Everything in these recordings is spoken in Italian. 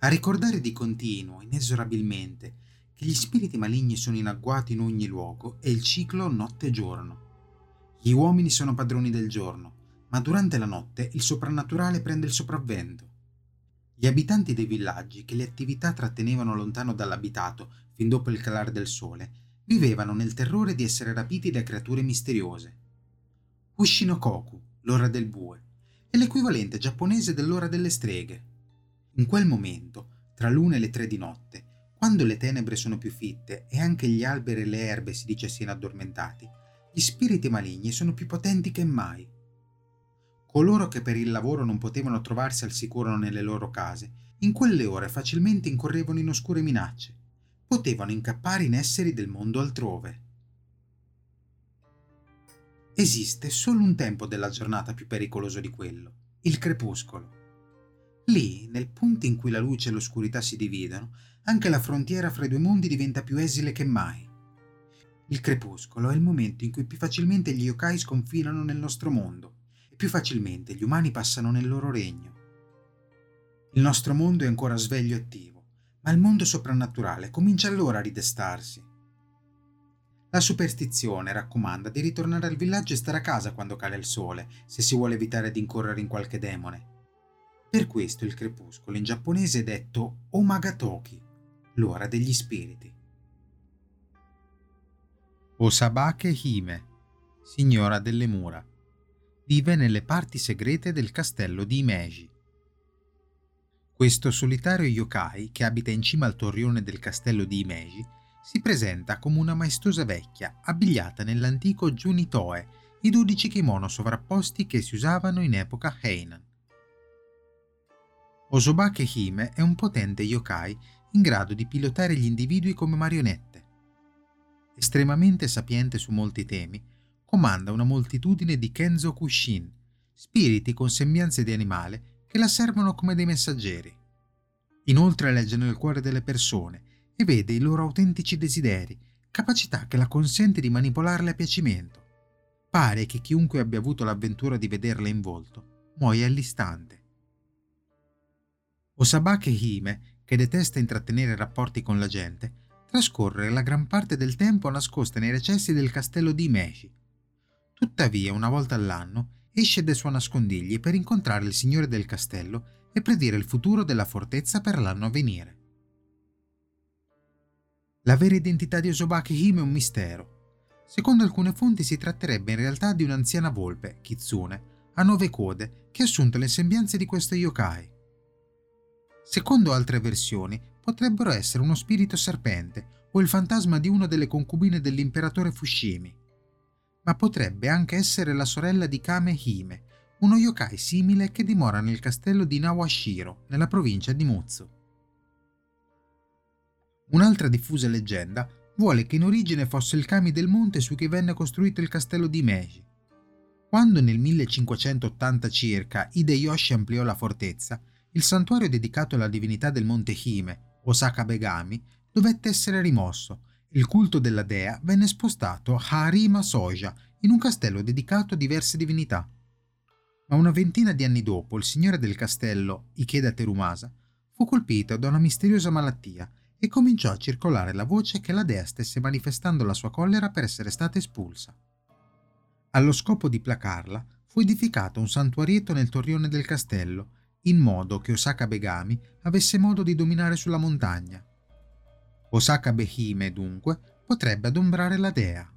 a ricordare di continuo, inesorabilmente, che gli spiriti maligni sono in agguato in ogni luogo e il ciclo notte e giorno. Gli uomini sono padroni del giorno, ma durante la notte il soprannaturale prende il sopravvento. Gli abitanti dei villaggi, che le attività trattenevano lontano dall'abitato fin dopo il calare del sole, vivevano nel terrore di essere rapiti da creature misteriose. Ushinokoku, l'ora del bue, è l'equivalente giapponese dell'ora delle streghe. In quel momento, tra l'1 e le 3 di notte, quando le tenebre sono più fitte e anche gli alberi e le erbe si dice siano addormentati, gli spiriti maligni sono più potenti che mai. Coloro che per il lavoro non potevano trovarsi al sicuro nelle loro case, in quelle ore facilmente incorrevano in oscure minacce. Potevano incappare in esseri del mondo altrove. Esiste solo un tempo della giornata più pericoloso di quello, il crepuscolo. Lì, nel punto in cui la luce e l'oscurità si dividono, anche la frontiera fra i due mondi diventa più esile che mai. Il crepuscolo è il momento in cui più facilmente gli yokai sconfinano nel nostro mondo e più facilmente gli umani passano nel loro regno. Il nostro mondo è ancora sveglio e attivo, ma il mondo soprannaturale comincia allora a ridestarsi. La superstizione raccomanda di ritornare al villaggio e stare a casa quando cala il sole, se si vuole evitare di incorrere in qualche demone. Per questo il crepuscolo in giapponese è detto Omagatoki, l'ora degli spiriti. Osabake Hime, signora delle mura, vive nelle parti segrete del castello di Himeji. Questo solitario yokai, che abita in cima al torrione del castello di Himeji, si presenta come una maestosa vecchia abbigliata nell'antico Junitoe, i 12 kimono sovrapposti che si usavano in epoca Heian. Osobake Hime è un potente yokai in grado di pilotare gli individui come marionette. Estremamente sapiente su molti temi, comanda una moltitudine di Kenzoku-shin, spiriti con sembianze di animale che la servono come dei messaggeri. Inoltre legge nel cuore delle persone e vede i loro autentici desideri, capacità che la consente di manipolarle a piacimento. Pare che chiunque abbia avuto l'avventura di vederla in volto muoia all'istante. Osabake Hime, che detesta intrattenere rapporti con la gente, trascorre la gran parte del tempo nascosta nei recessi del castello di Himeji. Tuttavia, una volta all'anno, esce dai suoi nascondigli per incontrare il signore del castello e predire il futuro della fortezza per l'anno a venire. La vera identità di Osobake Hime è un mistero. Secondo alcune fonti si tratterebbe in realtà di un'anziana volpe, Kitsune, a 9 code, che ha assunto le sembianze di questo yokai. Secondo altre versioni, potrebbero essere uno spirito serpente o il fantasma di una delle concubine dell'imperatore Fushimi. Ma potrebbe anche essere la sorella di Kame Hime, uno yokai simile che dimora nel castello di Nawashiro, nella provincia di Mutsu. Un'altra diffusa leggenda vuole che in origine fosse il Kami del monte su cui venne costruito il castello di Himeji. Quando nel 1580 circa Hideyoshi ampliò la fortezza, il santuario dedicato alla divinità del monte Hime, Osaka Begami, dovette essere rimosso e il culto della dea venne spostato a Harima Soja, in un castello dedicato a diverse divinità. Ma una ventina di anni dopo, il signore del castello, Ikeda Terumasa, fu colpito da una misteriosa malattia e cominciò a circolare la voce che la dea stesse manifestando la sua collera per essere stata espulsa. Allo scopo di placarla, fu edificato un santuarietto nel torrione del castello, in modo che Osaka Begami avesse modo di dominare sulla montagna. Osaka Behime, dunque, potrebbe adombrare la dea.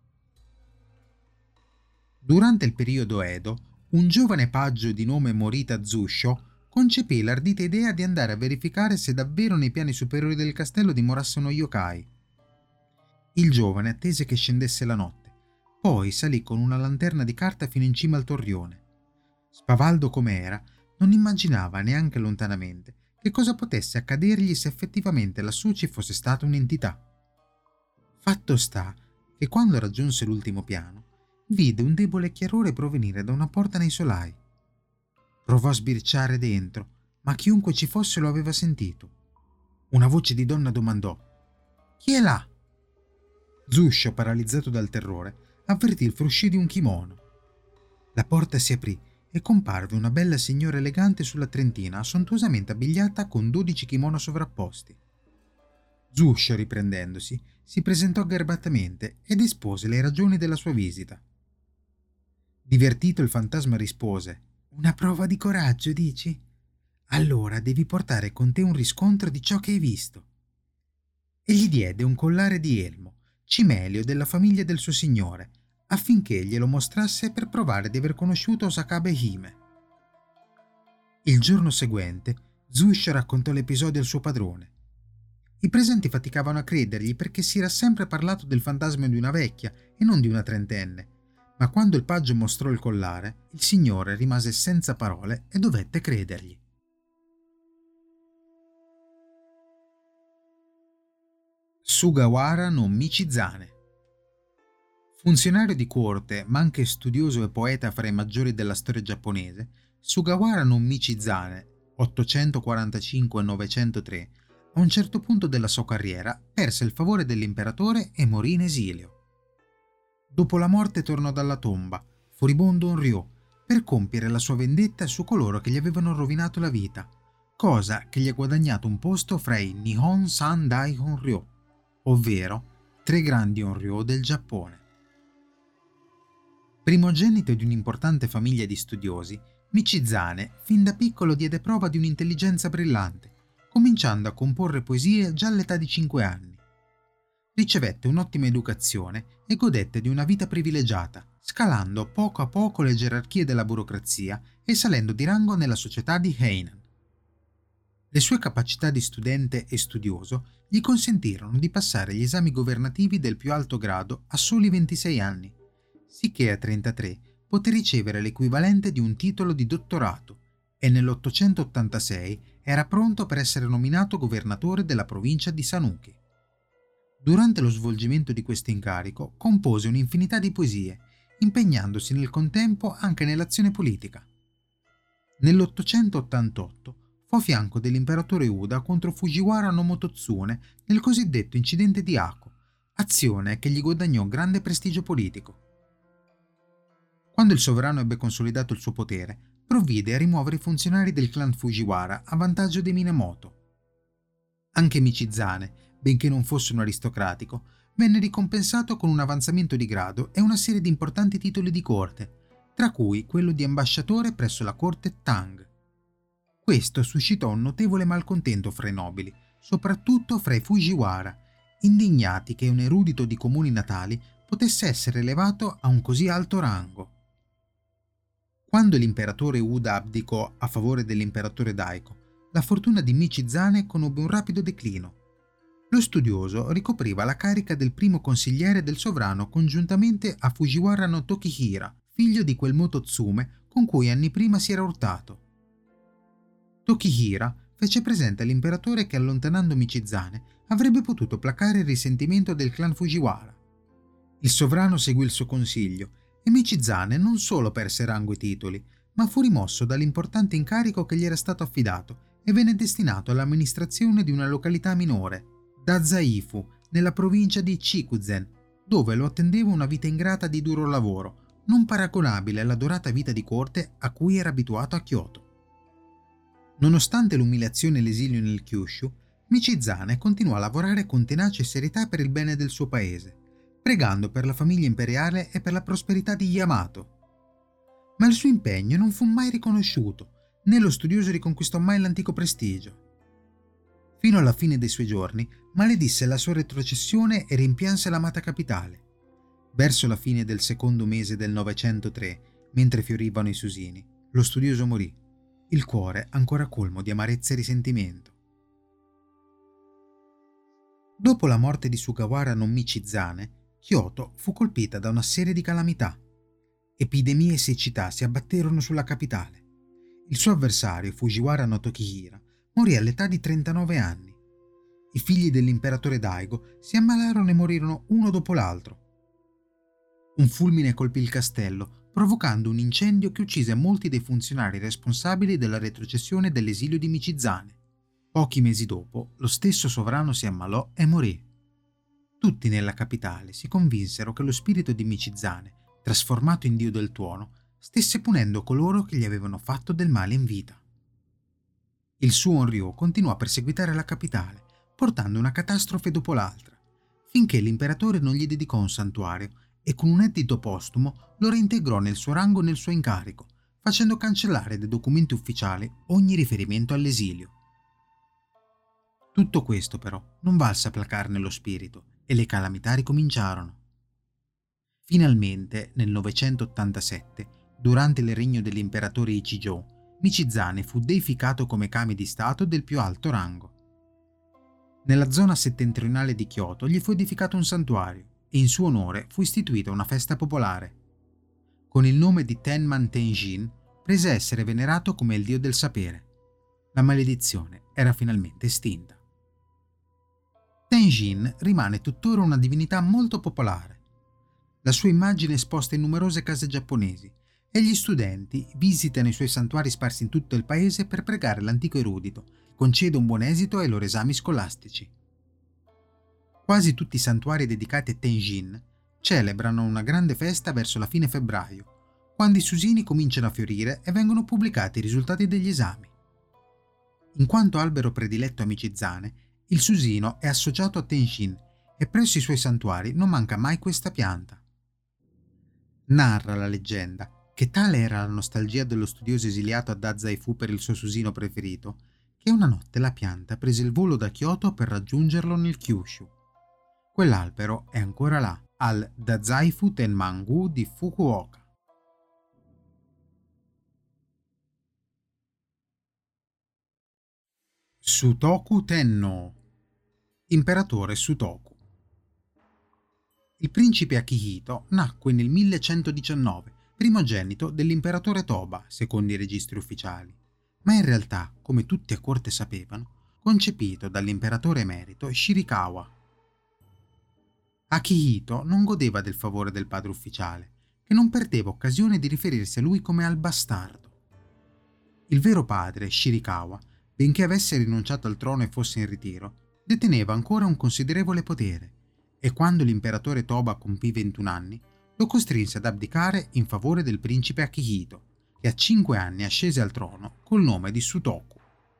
Durante il periodo Edo, un giovane paggio di nome Morita Zusho concepì l'ardita idea di andare a verificare se davvero nei piani superiori del castello dimorasse uno yokai. Il giovane attese che scendesse la notte, poi salì con una lanterna di carta fino in cima al torrione. Spavaldo come era, non immaginava neanche lontanamente che cosa potesse accadergli se effettivamente lassù ci fosse stata un'entità. Fatto sta che quando raggiunse l'ultimo piano, vide un debole chiarore provenire da una porta nei solai. Provò a sbirciare dentro, ma chiunque ci fosse lo aveva sentito. Una voce di donna domandò: «Chi è là?» Zusho, paralizzato dal terrore, avvertì il fruscio di un kimono. La porta si aprì e comparve una bella signora elegante sulla trentina, sontuosamente abbigliata con 12 kimono sovrapposti. Zush, riprendendosi, si presentò garbatamente ed espose le ragioni della sua visita. Divertito, il fantasma rispose: «Una prova di coraggio, dici? Allora devi portare con te un riscontro di ciò che hai visto». E gli diede un collare di elmo, cimelio della famiglia del suo signore, affinché glielo mostrasse per provare di aver conosciuto Sakabe Hime. Il giorno seguente, Zush raccontò l'episodio al suo padrone. I presenti faticavano a credergli perché si era sempre parlato del fantasma di una vecchia e non di una trentenne, ma quando il paggio mostrò il collare, il signore rimase senza parole e dovette credergli. Sugawara no Michizane. Funzionario di corte, ma anche studioso e poeta fra i maggiori della storia giapponese, Sugawara no Michizane, 845-903, a un certo punto della sua carriera perse il favore dell'imperatore e morì in esilio. Dopo la morte tornò dalla tomba, furibondo Onryo, per compiere la sua vendetta su coloro che gli avevano rovinato la vita, cosa che gli ha guadagnato un posto fra i Nihon Sandai Onryo, ovvero 3 grandi Onryo del Giappone. Primogenito di un'importante famiglia di studiosi, Michizane fin da piccolo diede prova di un'intelligenza brillante, cominciando a comporre poesie già all'età di 5 anni. Ricevette un'ottima educazione e godette di una vita privilegiata, scalando poco a poco le gerarchie della burocrazia e salendo di rango nella società di Heian. Le sue capacità di studente e studioso gli consentirono di passare gli esami governativi del più alto grado a soli 26 anni, sicché a 33 poté ricevere l'equivalente di un titolo di dottorato e nell'886 era pronto per essere nominato governatore della provincia di Sanuki. Durante lo svolgimento di questo incarico compose un'infinità di poesie, impegnandosi nel contempo anche nell'azione politica. Nell'888 fu a fianco dell'imperatore Uda contro Fujiwara no Mototsune nel cosiddetto incidente di Ako, azione che gli guadagnò grande prestigio politico. Quando il sovrano ebbe consolidato il suo potere, provvide a rimuovere i funzionari del clan Fujiwara a vantaggio dei Minamoto. Anche Michizane, benché non fosse un aristocratico, venne ricompensato con un avanzamento di grado e una serie di importanti titoli di corte, tra cui quello di ambasciatore presso la corte Tang. Questo suscitò un notevole malcontento fra i nobili, soprattutto fra i Fujiwara, indignati che un erudito di comuni natali potesse essere elevato a un così alto rango. Quando l'imperatore Uda abdicò a favore dell'imperatore Daiko, la fortuna di Michizane conobbe un rapido declino. Lo studioso ricopriva la carica del primo consigliere del sovrano congiuntamente a Fujiwara no Tokihira, figlio di quel Mototsume con cui anni prima si era urtato. Tokihira fece presente all'imperatore che allontanando Michizane avrebbe potuto placare il risentimento del clan Fujiwara. Il sovrano seguì il suo consiglio e Michizane non solo perse rango e titoli, ma fu rimosso dall'importante incarico che gli era stato affidato e venne destinato all'amministrazione di una località minore, Dazaifu, nella provincia di Chikuzen, dove lo attendeva una vita ingrata di duro lavoro, non paragonabile alla dorata vita di corte a cui era abituato a Kyoto. Nonostante l'umiliazione e l'esilio nel Kyushu, Michizane continuò a lavorare con tenace serietà per il bene del suo paese, pregando per la famiglia imperiale e per la prosperità di Yamato. Ma il suo impegno non fu mai riconosciuto, né lo studioso riconquistò mai l'antico prestigio. Fino alla fine dei suoi giorni maledisse la sua retrocessione e rimpianse l'amata capitale. Verso la fine del secondo mese del 903, mentre fiorivano i susini, lo studioso morì, il cuore ancora colmo di amarezza e risentimento. Dopo la morte di Sugawara no Michizane, Kyoto fu colpita da una serie di calamità. Epidemie e siccità si abbatterono sulla capitale. Il suo avversario, Fujiwara no Tokihira, morì all'età di 39 anni. I figli dell'imperatore Daigo si ammalarono e morirono uno dopo l'altro. Un fulmine colpì il castello, provocando un incendio che uccise molti dei funzionari responsabili della retrocessione dell'esilio di Michizane. Pochi mesi dopo, lo stesso sovrano si ammalò e morì. Tutti nella capitale si convinsero che lo spirito di Michizane, trasformato in dio del tuono, stesse punendo coloro che gli avevano fatto del male in vita. Il suo Onryo continuò a perseguitare la capitale, portando una catastrofe dopo l'altra, finché l'imperatore non gli dedicò un santuario e con un editto postumo lo reintegrò nel suo rango e nel suo incarico, facendo cancellare dai documenti ufficiali ogni riferimento all'esilio. Tutto questo però non valse a placarne lo spirito e le calamità ricominciarono. Finalmente, nel 987, durante il regno dell'imperatore Ichijō, Michizane fu deificato come kami di stato del più alto rango. Nella zona settentrionale di Kyoto gli fu edificato un santuario e in suo onore fu istituita una festa popolare. Con il nome di Tenman Tenjin prese a essere venerato come il dio del sapere. La maledizione era finalmente estinta. Tenjin rimane tuttora una divinità molto popolare. La sua immagine è esposta in numerose case giapponesi e gli studenti visitano i suoi santuari sparsi in tutto il paese per pregare l'antico erudito, che concede un buon esito ai loro esami scolastici. Quasi tutti i santuari dedicati a Tenjin celebrano una grande festa verso la fine febbraio, quando i susini cominciano a fiorire e vengono pubblicati i risultati degli esami. In quanto albero prediletto a Michizane, il susino è associato a Tenjin e presso i suoi santuari non manca mai questa pianta. Narra la leggenda che tale era la nostalgia dello studioso esiliato a Dazaifu per il suo susino preferito, che una notte la pianta prese il volo da Kyoto per raggiungerlo nel Kyushu. Quell'albero è ancora là, al Dazaifu Tenman-gu di Fukuoka. Sutoku Tenno, imperatore Sutoku. Il principe Akihito nacque nel 1119, primogenito dell'imperatore Toba, secondo i registri ufficiali, ma in realtà, come tutti a corte sapevano, concepito dall'imperatore emerito Shirakawa. Akihito non godeva del favore del padre ufficiale, che non perdeva occasione di riferirsi a lui come al bastardo. Il vero padre, Shirakawa, benché avesse rinunciato al trono e fosse in ritiro, deteneva ancora un considerevole potere, e quando l'imperatore Toba compì 21 anni, lo costrinse ad abdicare in favore del principe Akihito, che a 5 anni ascese al trono col nome di Sutoku.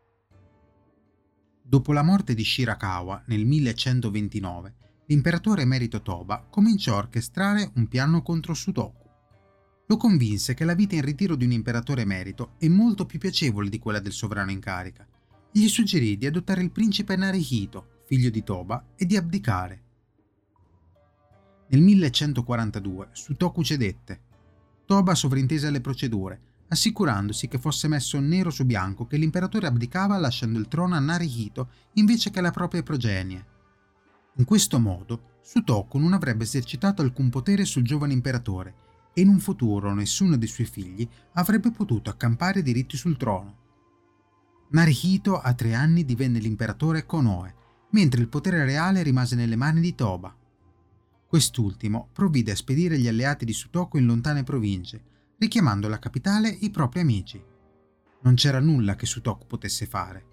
Dopo la morte di Shirakawa nel 1129, l'imperatore emerito Toba cominciò a orchestrare un piano contro Sutoku. Lo convinse che la vita in ritiro di un imperatore emerito è molto più piacevole di quella del sovrano in carica e gli suggerì di adottare il principe Narihito, figlio di Toba, e di abdicare. Nel 1142 Sutoku cedette. Toba sovrintese alle procedure, assicurandosi che fosse messo nero su bianco che l'imperatore abdicava lasciando il trono a Narihito invece che alla propria progenie. In questo modo Sutoku non avrebbe esercitato alcun potere sul giovane imperatore e in un futuro nessuno dei suoi figli avrebbe potuto accampare diritti sul trono. Narihito a 3 anni divenne l'imperatore Konoe, mentre il potere reale rimase nelle mani di Toba. Quest'ultimo provvide a spedire gli alleati di Sutoku in lontane province, richiamando alla capitale i propri amici. Non c'era nulla che Sutoku potesse fare.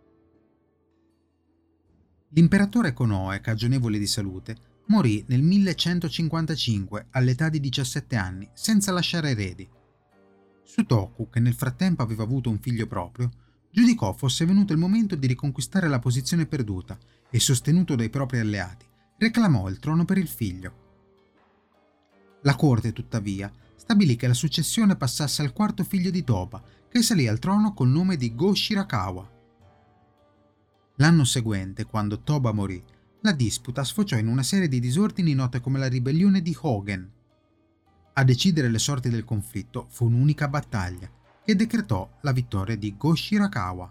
L'imperatore Konoe, cagionevole di salute, morì nel 1155 all'età di 17 anni, senza lasciare eredi. Sutoku, che nel frattempo aveva avuto un figlio proprio, giudicò fosse venuto il momento di riconquistare la posizione perduta e, sostenuto dai propri alleati, reclamò il trono per il figlio. La corte, tuttavia, stabilì che la successione passasse al quarto figlio di Toba, che salì al trono col nome di Go Shirakawa. L'anno seguente, quando Toba morì, la disputa sfociò in una serie di disordini note come la ribellione di Hogen. A decidere le sorti del conflitto fu un'unica battaglia, che decretò la vittoria di Go Shirakawa.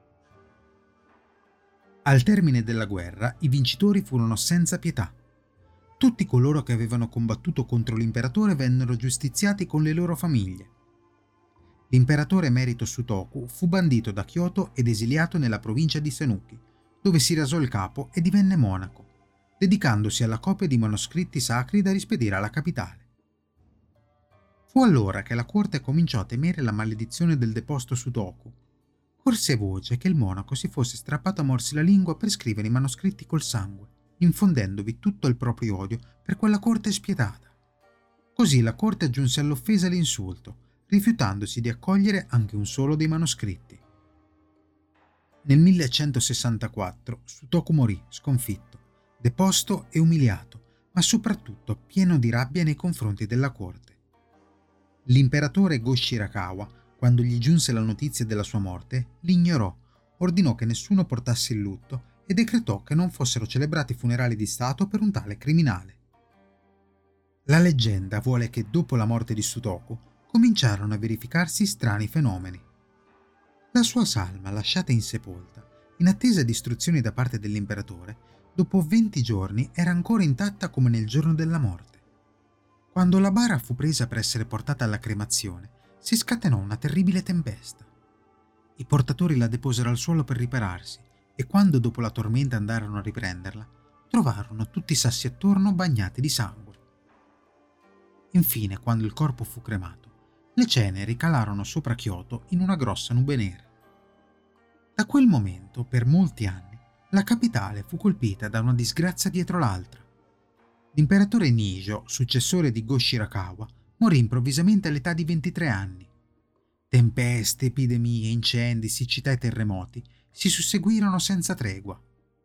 Al termine della guerra, i vincitori furono senza pietà. Tutti coloro che avevano combattuto contro l'imperatore vennero giustiziati con le loro famiglie. L'imperatore emerito Sutoku fu bandito da Kyoto ed esiliato nella provincia di Sanuki, dove si rasò il capo e divenne monaco, dedicandosi alla copia di manoscritti sacri da rispedire alla capitale. Fu allora che la corte cominciò a temere la maledizione del deposto Sutoku. Corse voce che il monaco si fosse strappato a morsi la lingua per scrivere i manoscritti col sangue, infondendovi tutto il proprio odio per quella corte spietata. Così la corte aggiunse all'offesa l'insulto, rifiutandosi di accogliere anche un solo dei manoscritti. Nel 1164 Sutoku morì sconfitto, deposto e umiliato, ma soprattutto pieno di rabbia nei confronti della corte. L'imperatore Go-Shirakawa, quando gli giunse la notizia della sua morte, l'ignorò, ordinò che nessuno portasse il lutto e decretò che non fossero celebrati funerali di Stato per un tale criminale. La leggenda vuole che dopo la morte di Sutoku cominciarono a verificarsi strani fenomeni. La sua salma, lasciata insepolta, in attesa di istruzioni da parte dell'imperatore, dopo 20 giorni era ancora intatta come nel giorno della morte. Quando la bara fu presa per essere portata alla cremazione, si scatenò una terribile tempesta. I portatori la deposero al suolo per ripararsi e quando dopo la tormenta andarono a riprenderla, trovarono tutti i sassi attorno bagnati di sangue. Infine, quando il corpo fu cremato, le ceneri calarono sopra Kyoto in una grossa nube nera. Da quel momento, per molti anni, la capitale fu colpita da una disgrazia dietro l'altra. L'imperatore Nijo, successore di Go-Shirakawa, morì improvvisamente all'età di 23 anni. Tempeste, epidemie, incendi, siccità e terremoti si susseguirono senza tregua.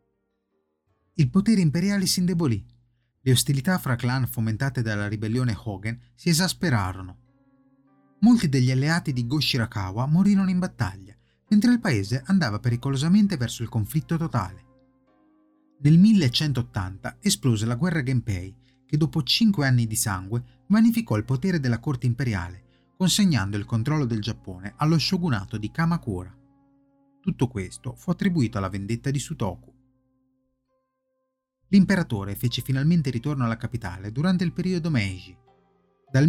Il potere imperiale si indebolì. Le ostilità fra clan fomentate dalla ribellione Hogen si esasperarono. Molti degli alleati di Go-Shirakawa morirono in battaglia, mentre il paese andava pericolosamente verso il conflitto totale. Nel 1180 esplose la guerra Genpei, che dopo 5 anni di sangue vanificò il potere della corte imperiale, consegnando il controllo del Giappone allo shogunato di Kamakura. Tutto questo fu attribuito alla vendetta di Sutoku. L'imperatore fece finalmente ritorno alla capitale durante il periodo Meiji. Dal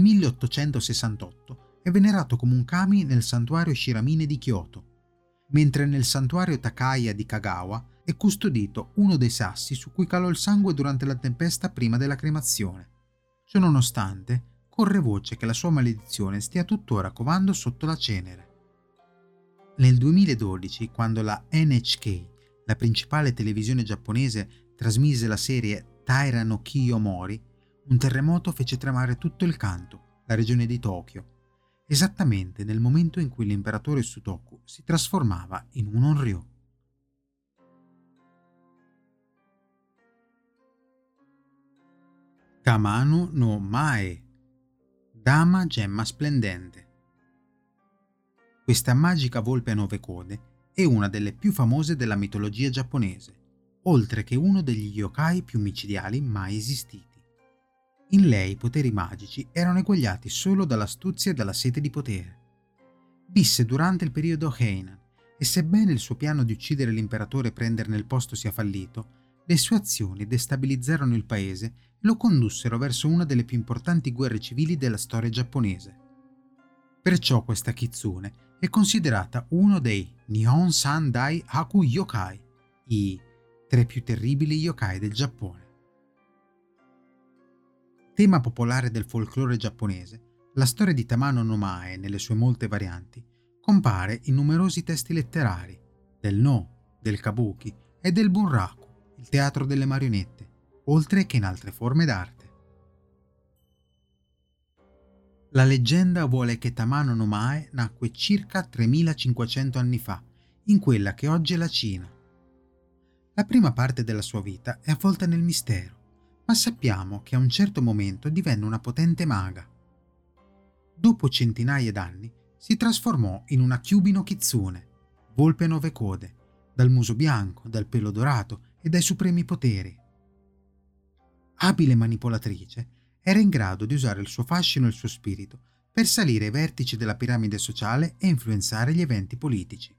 1868 è venerato come un kami nel santuario Shiramine di Kyoto, mentre nel santuario Takaya di Kagawa è custodito uno dei sassi su cui calò il sangue durante la tempesta prima della cremazione. Ciononostante, corre voce che la sua maledizione stia tuttora covando sotto la cenere. Nel 2012, quando la NHK, la principale televisione giapponese, trasmise la serie Taira no Kiyomori, un terremoto fece tremare tutto il Kanto, la regione di Tokyo, esattamente nel momento in cui l'imperatore Sutoku si trasformava in un Onryo. Tamano no Mae, dama gemma splendente. Questa magica volpe a 9 code è una delle più famose della mitologia giapponese, oltre che uno degli yokai più micidiali mai esistiti. In lei i poteri magici erano eguagliati solo dall'astuzia e dalla sete di potere. Visse durante il periodo Heian e sebbene il suo piano di uccidere l'imperatore e prenderne il posto sia fallito, le sue azioni destabilizzarono il paese e lo condussero verso una delle più importanti guerre civili della storia giapponese. Perciò questa kitsune è considerata uno dei Nihon Sandai Haku Yokai, i 3 più terribili yokai del Giappone. Tema popolare del folklore giapponese, la storia di Tamano no Mae, nelle sue molte varianti, compare in numerosi testi letterari, del No, del Kabuki e del Bunraku, il teatro delle marionette, oltre che in altre forme d'arte. La leggenda vuole che Tamano no Mae nacque circa 3500 anni fa, in quella che oggi è la Cina. La prima parte della sua vita è avvolta nel mistero, ma sappiamo che a un certo momento divenne una potente maga. Dopo centinaia d'anni si trasformò in una Kyubi Kitsune, volpe a 9 code, dal muso bianco, dal pelo dorato e dai supremi poteri. Abile manipolatrice, era in grado di usare il suo fascino e il suo spirito per salire ai vertici della piramide sociale e influenzare gli eventi politici.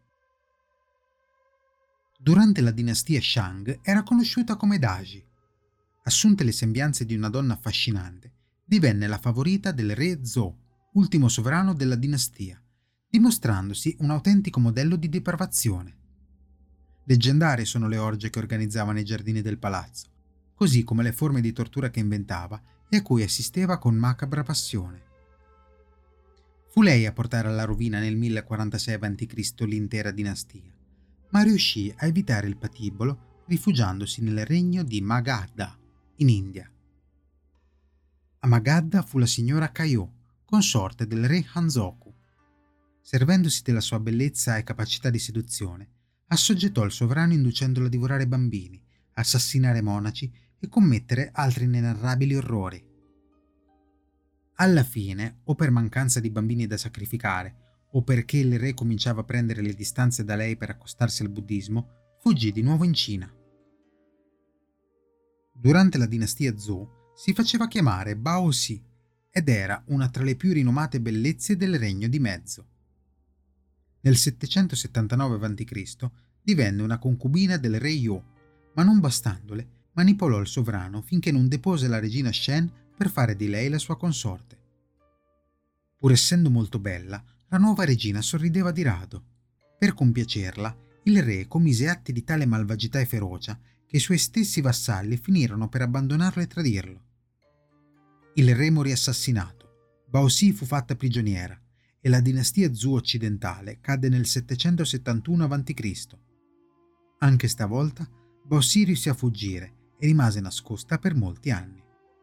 Durante la dinastia Shang era conosciuta come Daji. Assunte le sembianze di una donna affascinante, divenne la favorita del re Zhou, ultimo sovrano della dinastia, dimostrandosi un autentico modello di depravazione. Leggendarie sono le orge che organizzava nei giardini del palazzo, così come le forme di tortura che inventava e a cui assisteva con macabra passione. Fu lei a portare alla rovina nel 1046 a.C. l'intera dinastia, ma riuscì a evitare il patibolo rifugiandosi nel regno di Magadha, in India. A Magadha fu la signora Kayo, consorte del re Hanzoku, Servendosi della sua bellezza e capacità di seduzione, assoggettò il sovrano inducendolo a divorare bambini, assassinare monaci e commettere altri inenarrabili orrori. Alla fine, o per mancanza di bambini da sacrificare, o perché il re cominciava a prendere le distanze da lei per accostarsi al buddismo, fuggì di nuovo in Cina. Durante la dinastia Zhou si faceva chiamare Bao Si ed era una tra le più rinomate bellezze del Regno di Mezzo. Nel 779 a.C. divenne una concubina del re Yu, ma non bastandole, manipolò il sovrano finché non depose la regina Shen per fare di lei la sua consorte. Pur essendo molto bella, la nuova regina sorrideva di rado. Per compiacerla, il re commise atti di tale malvagità e ferocia che i suoi stessi vassalli finirono per abbandonarlo e tradirlo. Il re morì assassinato, Bao Si fu fatta prigioniera e la dinastia Zhou occidentale cadde nel 771 a.C. Anche stavolta Bao Si riuscì a fuggire e rimase nascosta per molti anni.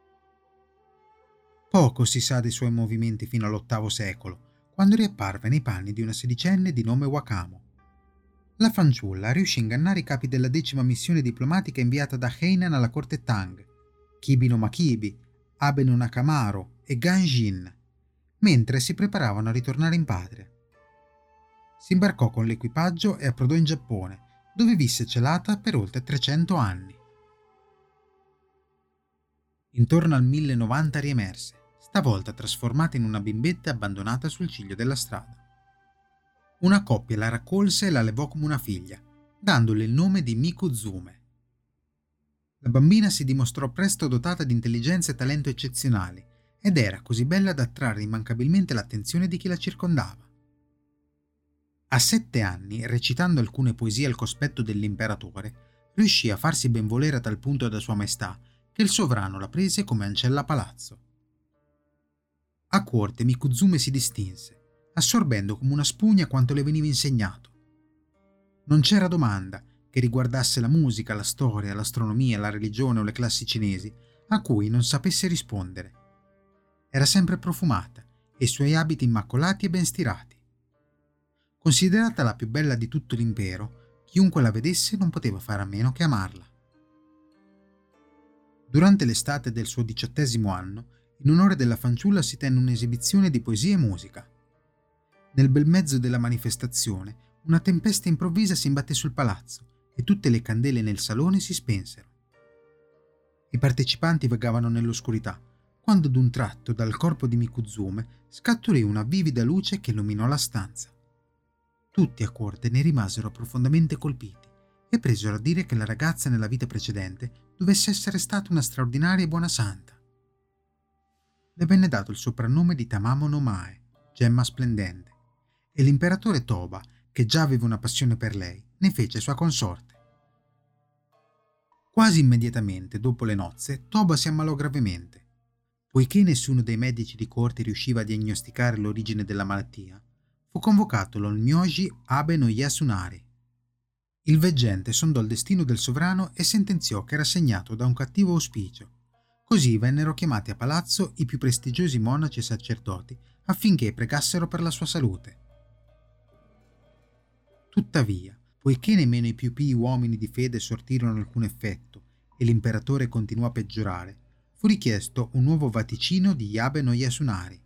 Poco si sa dei suoi movimenti fino all'VIII secolo, quando riapparve nei panni di una sedicenne di nome Wakamo. La fanciulla riuscì a ingannare i capi della 10ª missione diplomatica inviata da Heian alla corte Tang, Kibi no Makibi, Abe no Nakamaro e Ganjin, mentre si preparavano a ritornare in patria. Si imbarcò con l'equipaggio e approdò in Giappone, dove visse celata per oltre 300 anni. Intorno al 1090 riemerse, stavolta trasformata in una bimbetta abbandonata sul ciglio della strada. Una coppia la raccolse e la allevò come una figlia, dandole il nome di Mikuzume. La bambina si dimostrò presto dotata di intelligenza e talento eccezionali ed era così bella da attrarre immancabilmente l'attenzione di chi la circondava. A 7 anni, recitando alcune poesie al cospetto dell'imperatore, riuscì a farsi benvolere a tal punto da Sua Maestà che il sovrano la prese come ancella a palazzo. A corte Mikuzume si distinse, assorbendo come una spugna quanto le veniva insegnato. Non c'era domanda che riguardasse la musica, la storia, l'astronomia, la religione o le classi cinesi a cui non sapesse rispondere. Era sempre profumata e i suoi abiti immacolati e ben stirati. Considerata la più bella di tutto l'impero, chiunque la vedesse non poteva fare a meno che amarla. Durante l'estate del suo 18° anno, in onore della fanciulla si tenne un'esibizione di poesia e musica. Nel bel mezzo della manifestazione, una tempesta improvvisa si imbatté sul palazzo e tutte le candele nel salone si spensero. I partecipanti vagavano nell'oscurità, quando d'un tratto dal corpo di Mikuzume scaturì una vivida luce che illuminò la stanza. Tutti a corte ne rimasero profondamente colpiti e presero a dire che la ragazza nella vita precedente dovesse essere stata una straordinaria e buona santa. Le venne dato il soprannome di Tamamo no Mae, gemma splendente, e l'imperatore Toba, che già aveva una passione per lei, ne fece sua consorte. Quasi immediatamente dopo le nozze, Toba si ammalò gravemente. Poiché nessuno dei medici di corte riusciva a diagnosticare l'origine della malattia, fu convocato l'onmyoji Abe no Yasunari. Il veggente sondò il destino del sovrano e sentenziò che era segnato da un cattivo auspicio. Così vennero chiamati a palazzo i più prestigiosi monaci e sacerdoti affinché pregassero per la sua salute. Tuttavia, poiché nemmeno i più pii uomini di fede sortirono alcun effetto e l'imperatore continuò a peggiorare, fu richiesto un nuovo vaticino di Abe no Yasunari.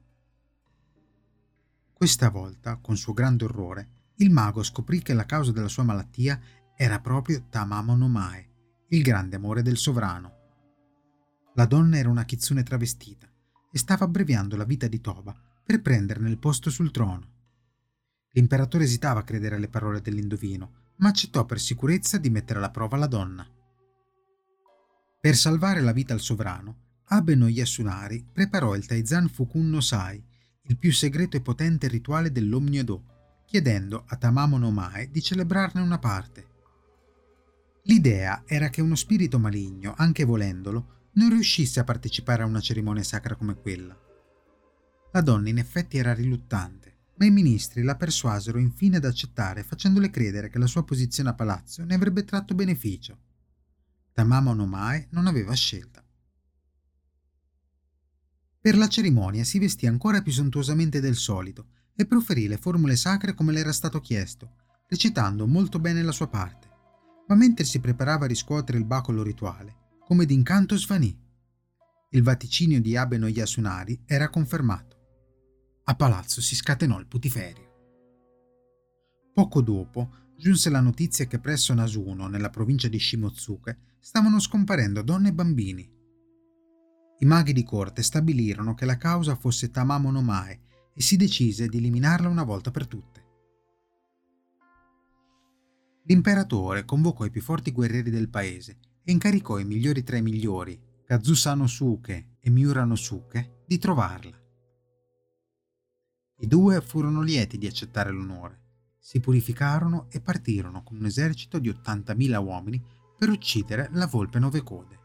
Questa volta, con suo grande orrore, il mago scoprì che la causa della sua malattia era proprio Tamamo no Mae, il grande amore del sovrano. La donna era una kitsune travestita e stava abbreviando la vita di Toba per prenderne il posto sul trono. L'imperatore esitava a credere alle parole dell'indovino, ma accettò per sicurezza di mettere alla prova la donna. Per salvare la vita al sovrano, Abe no Yasunari preparò il Taizan Fukun no Sai, il più segreto e potente rituale dell'Omnyo-Do, chiedendo a Tamamo no Mae di celebrarne una parte. L'idea era che uno spirito maligno, anche volendolo, non riuscisse a partecipare a una cerimonia sacra come quella. La donna in effetti era riluttante, ma i ministri la persuasero infine ad accettare facendole credere che la sua posizione a palazzo ne avrebbe tratto beneficio. Tamamo no Mae non aveva scelta. Per la cerimonia si vestì ancora più sontuosamente del solito, e proferì le formule sacre come le era stato chiesto, recitando molto bene la sua parte. Ma mentre si preparava a riscuotere il bacolo rituale, come d'incanto svanì. Il vaticinio di Abe no Yasunari era confermato. A palazzo si scatenò il putiferio. Poco dopo giunse la notizia che presso Nasuno, nella provincia di Shimotsuke, stavano scomparendo donne e bambini. I maghi di corte stabilirono che la causa fosse Tamamo no Mae e si decise di eliminarla una volta per tutte. L'imperatore convocò i più forti guerrieri del paese e incaricò i migliori tra i migliori, Kazusa no Suke e Miura no Suke, di trovarla. I due furono lieti di accettare l'onore, si purificarono e partirono con un esercito di 80.000 uomini per uccidere la volpe Nove Code.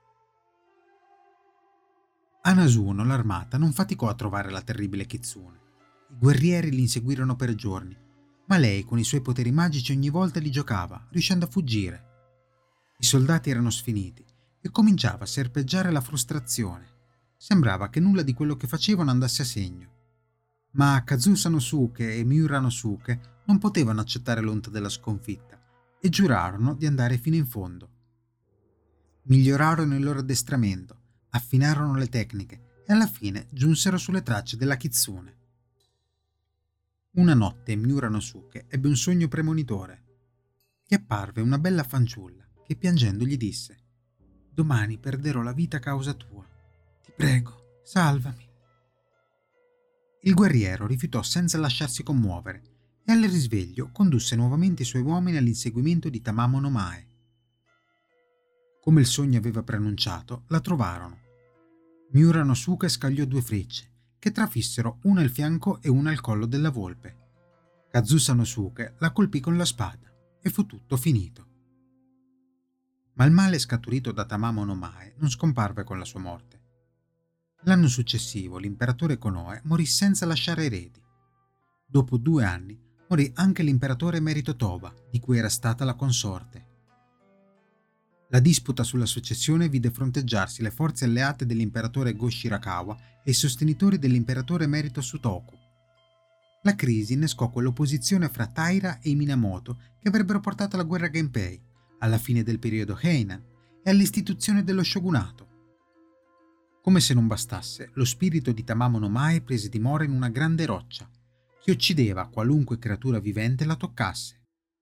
A Nasuno l'armata non faticò a trovare la terribile Kitsune. I guerrieri li inseguirono per giorni, ma lei con i suoi poteri magici ogni volta li giocava, riuscendo a fuggire. I soldati erano sfiniti e cominciava a serpeggiare la frustrazione. Sembrava che nulla di quello che facevano andasse a segno. Ma Kazusa no Suke e Miura no Suke non potevano accettare l'onta della sconfitta e giurarono di andare fino in fondo. Migliorarono il loro addestramento, affinarono le tecniche e alla fine giunsero sulle tracce della Kitsune. Una notte Miura no Suke ebbe un sogno premonitore. Gli apparve una bella fanciulla che piangendo gli disse: «Domani perderò la vita a causa tua. Ti prego, salvami». Il guerriero rifiutò senza lasciarsi commuovere e al risveglio condusse nuovamente i suoi uomini all'inseguimento di Tamamo no Mae. Come il sogno aveva preannunciato, la trovarono. Miura no Suke scagliò 2 frecce, che trafissero una al fianco e una al collo della volpe. Kazusa no Suke la colpì con la spada e fu tutto finito. Ma il male scaturito da Tamamo no Mae non scomparve con la sua morte. L'anno successivo l'imperatore Konoe morì senza lasciare eredi. Dopo 2 anni morì anche l'imperatore emerito Toba, di cui era stata la consorte. La disputa sulla successione vide fronteggiarsi le forze alleate dell'imperatore Go Shirakawa e i sostenitori dell'imperatore emerito Sutoku. La crisi innescò quell'opposizione fra Taira e i Minamoto che avrebbero portato alla guerra Genpei, alla fine del periodo Heian e all'istituzione dello shogunato. Come se non bastasse, lo spirito di Tamamo no Mae prese dimora in una grande roccia, che uccideva qualunque creatura vivente la toccasse.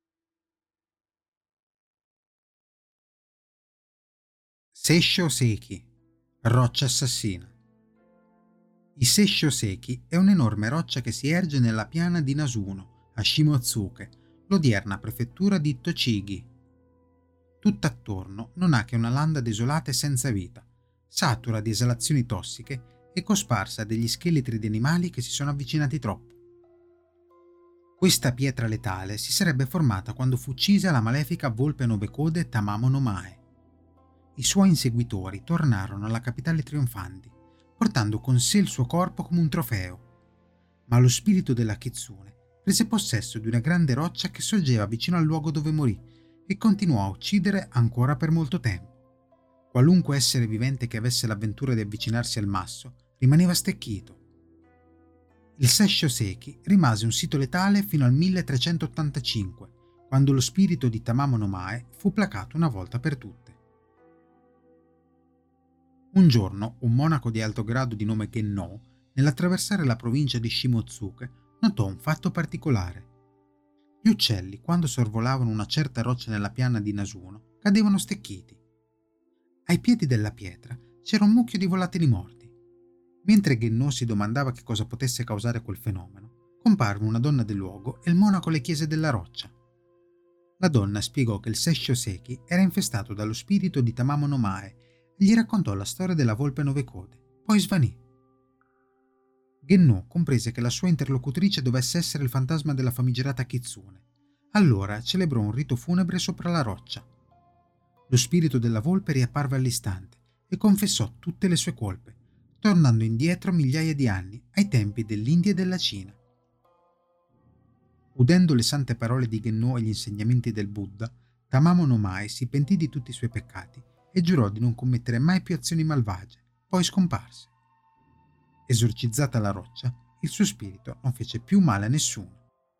Seisho Seki, roccia assassina. I Seisho Seki è un'enorme roccia che si erge nella piana di Nasuno, a Shimotsuke, l'odierna prefettura di Tochigi. Tutt'attorno non ha che una landa desolata e senza vita, satura di esalazioni tossiche e cosparsa degli scheletri di animali che si sono avvicinati troppo. Questa pietra letale si sarebbe formata quando fu uccisa la malefica volpe Nove Code Tamamo no Mae. I suoi inseguitori tornarono alla capitale trionfanti, portando con sé il suo corpo come un trofeo. Ma lo spirito della Kitsune prese possesso di una grande roccia che sorgeva vicino al luogo dove morì e continuò a uccidere ancora per molto tempo. Qualunque essere vivente che avesse l'avventura di avvicinarsi al masso rimaneva stecchito. Il Seisho Seki rimase un sito letale fino al 1385, quando lo spirito di Tamamo no Mae fu placato una volta per tutte. Un giorno un monaco di alto grado di nome Genno, nell'attraversare la provincia di Shimotsuke, notò un fatto particolare. Gli uccelli, quando sorvolavano una certa roccia nella piana di Nasuno, cadevano stecchiti. Ai piedi della pietra c'era un mucchio di volatili morti. Mentre Genno si domandava che cosa potesse causare quel fenomeno, comparve una donna del luogo e il monaco le chiese della roccia. La donna spiegò che il Seisho Seki era infestato dallo spirito di Tamamo no Mae e gli raccontò la storia della volpe Nove Code, poi svanì. Genno comprese che la sua interlocutrice dovesse essere il fantasma della famigerata Kitsune. Allora celebrò un rito funebre sopra la roccia. Lo spirito della volpe riapparve all'istante e confessò tutte le sue colpe, tornando indietro migliaia di anni, ai tempi dell'India e della Cina. Udendo le sante parole di Genno e gli insegnamenti del Buddha, Tamamo no Mae si pentì di tutti i suoi peccati e giurò di non commettere mai più azioni malvagie, poi scomparse. Esorcizzata la roccia, il suo spirito non fece più male a nessuno.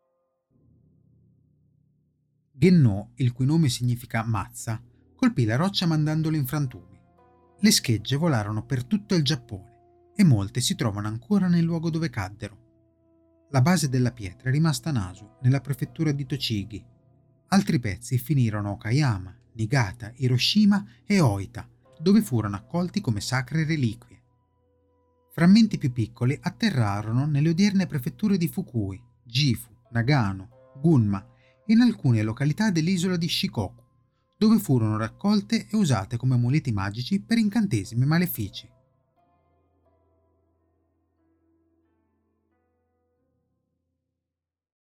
Gennò, il cui nome significa mazza, colpì la roccia mandandolo in frantumi. Le schegge volarono per tutto il Giappone e molte si trovano ancora nel luogo dove caddero. La base della pietra è rimasta a Nasu, nella prefettura di Tochigi. Altri pezzi finirono a Okayama, Niigata, Hiroshima e Oita, dove furono accolti come sacre reliquie. Frammenti più piccoli atterrarono nelle odierne prefetture di Fukui, Gifu, Nagano, Gunma e in alcune località dell'isola di Shikoku, dove furono raccolte e usate come amuleti magici per incantesimi e malefici.